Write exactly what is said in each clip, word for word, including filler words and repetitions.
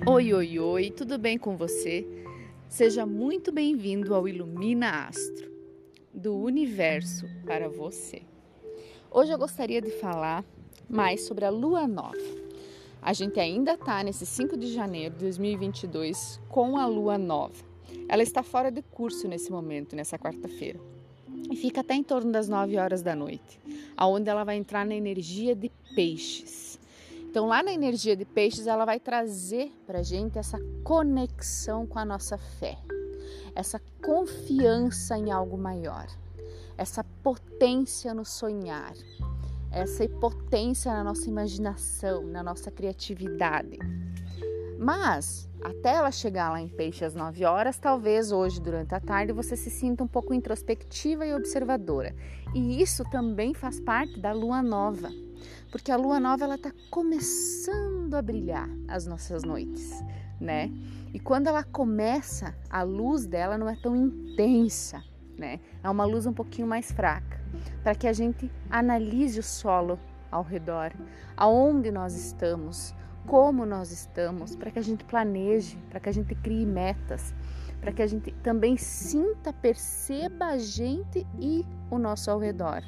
Oi, oi, oi, tudo bem com você? Seja muito bem-vindo ao Ilumina Astro, do universo para você. Hoje eu gostaria de falar mais sobre a Lua Nova. A gente ainda está nesse cinco de janeiro de dois mil e vinte e dois com a Lua Nova. Ela está fora de curso nesse momento, nessa quarta-feira. E fica até em torno das nove horas da noite, onde ela vai entrar na energia de Peixes. Então, lá na energia de Peixes, ela vai trazer para a gente essa conexão com a nossa fé, essa confiança em algo maior, essa potência no sonhar, essa potência na nossa imaginação, na nossa criatividade. Mas, até ela chegar lá em Peixes às nove horas, talvez hoje, durante a tarde, você se sinta um pouco introspectiva e observadora. E isso também faz parte da Lua Nova. Porque a Lua Nova, ela está começando a brilhar as nossas noites, né? E quando ela começa, a luz dela não é tão intensa, né? É uma luz um pouquinho mais fraca, para que a gente analise o solo ao redor, aonde nós estamos, como nós estamos, para que a gente planeje, para que a gente crie metas, para que a gente também sinta, perceba a gente e o nosso ao redor.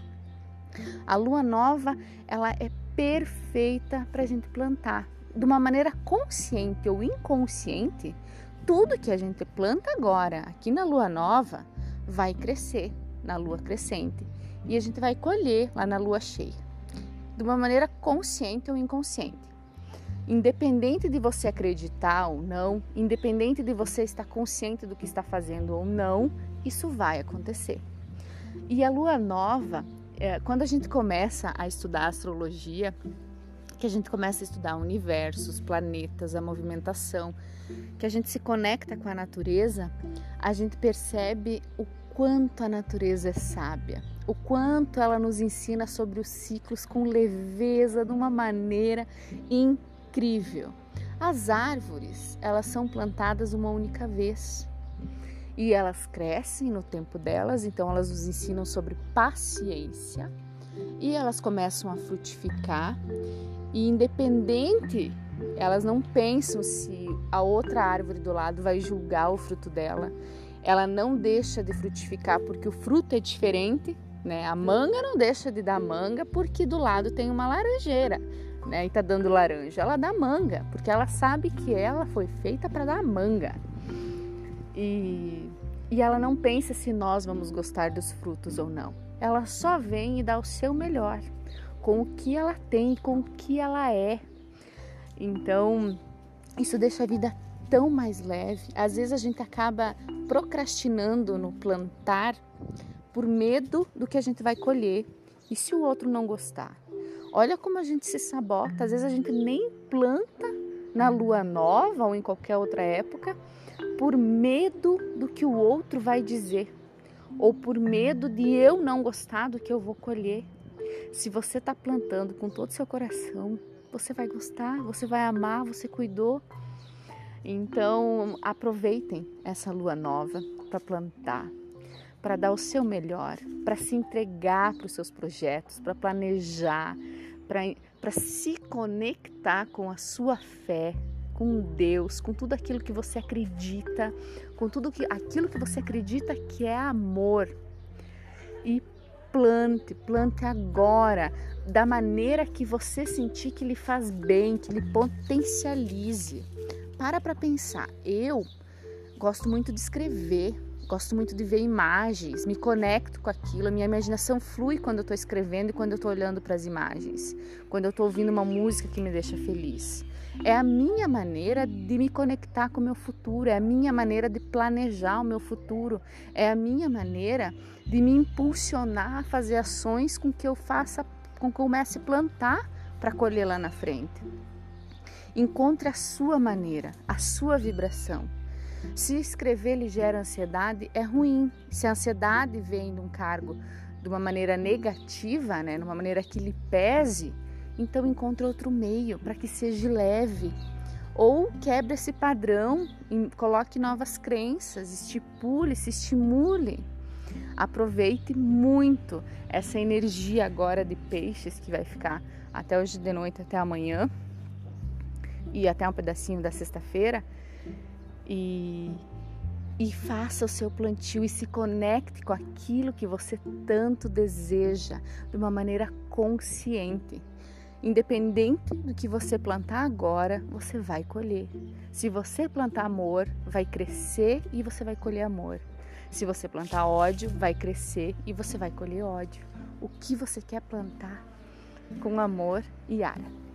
A Lua Nova, ela é perfeita para a gente plantar. De uma maneira consciente ou inconsciente, tudo que a gente planta agora, aqui na Lua Nova, vai crescer na Lua crescente. E a gente vai colher lá na Lua cheia. De uma maneira consciente ou inconsciente. Independente de você acreditar ou não, independente de você estar consciente do que está fazendo ou não, isso vai acontecer. E a Lua Nova, É, quando a gente começa a estudar astrologia, que a gente começa a estudar o universo, os planetas, a movimentação, que a gente se conecta com a natureza, a gente percebe o quanto a natureza é sábia, o quanto ela nos ensina sobre os ciclos com leveza, de uma maneira incrível. As árvores, elas são plantadas uma única vez. E elas crescem no tempo delas, então elas nos ensinam sobre paciência e elas começam a frutificar. E independente, elas não pensam se a outra árvore do lado vai julgar o fruto dela. Ela não deixa de frutificar porque o fruto é diferente, né? A manga não deixa de dar manga porque do lado tem uma laranjeira, né? E tá dando laranja. Ela dá manga porque ela sabe que ela foi feita para dar manga. E, e ela não pensa se nós vamos gostar dos frutos ou não. Ela só vem e dá o seu melhor, com o que ela tem, com o que ela é. Então, isso deixa a vida tão mais leve. Às vezes a gente acaba procrastinando no plantar por medo do que a gente vai colher. E se o outro não gostar? Olha como a gente se sabota. Às vezes a gente nem planta na Lua Nova ou em qualquer outra época, por medo do que o outro vai dizer, ou por medo de eu não gostar do que eu vou colher. Se você está plantando com todo o seu coração, você vai gostar, você vai amar, você cuidou. Então, aproveitem essa Lua Nova para plantar, para dar o seu melhor, para se entregar para os seus projetos, para planejar, para se conectar com a sua fé, com Deus, com tudo aquilo que você acredita, com tudo que, aquilo que você acredita que é amor. E plante, plante agora, da maneira que você sentir que lhe faz bem, que lhe potencialize. Para para pensar, eu gosto muito de escrever, gosto muito de ver imagens, me conecto com aquilo, a minha imaginação flui quando eu estou escrevendo e quando eu estou olhando para as imagens, quando eu estou ouvindo uma música que me deixa feliz. É a minha maneira de me conectar com o meu futuro, é a minha maneira de planejar o meu futuro, é a minha maneira de me impulsionar a fazer ações com que eu faça, com que eu comece a plantar para colher lá na frente. Encontre a sua maneira, a sua vibração. Se escrever lhe gera ansiedade, é ruim. Se a ansiedade vem de um cargo de uma maneira negativa, né, de uma maneira que lhe pese, então encontre outro meio para que seja leve. Ou quebre esse padrão, coloque novas crenças, estipule, se estimule. Aproveite muito essa energia agora de Peixes que vai ficar até hoje de noite, até amanhã. e até um pedacinho da sexta-feira e, e faça o seu plantio e se conecte com aquilo que você tanto deseja de uma maneira consciente. Independente do que você plantar agora, você vai colher. Se você plantar amor, vai crescer e você vai colher amor. Se você plantar ódio, vai crescer e você vai colher ódio. O que você quer plantar com amor, Yara?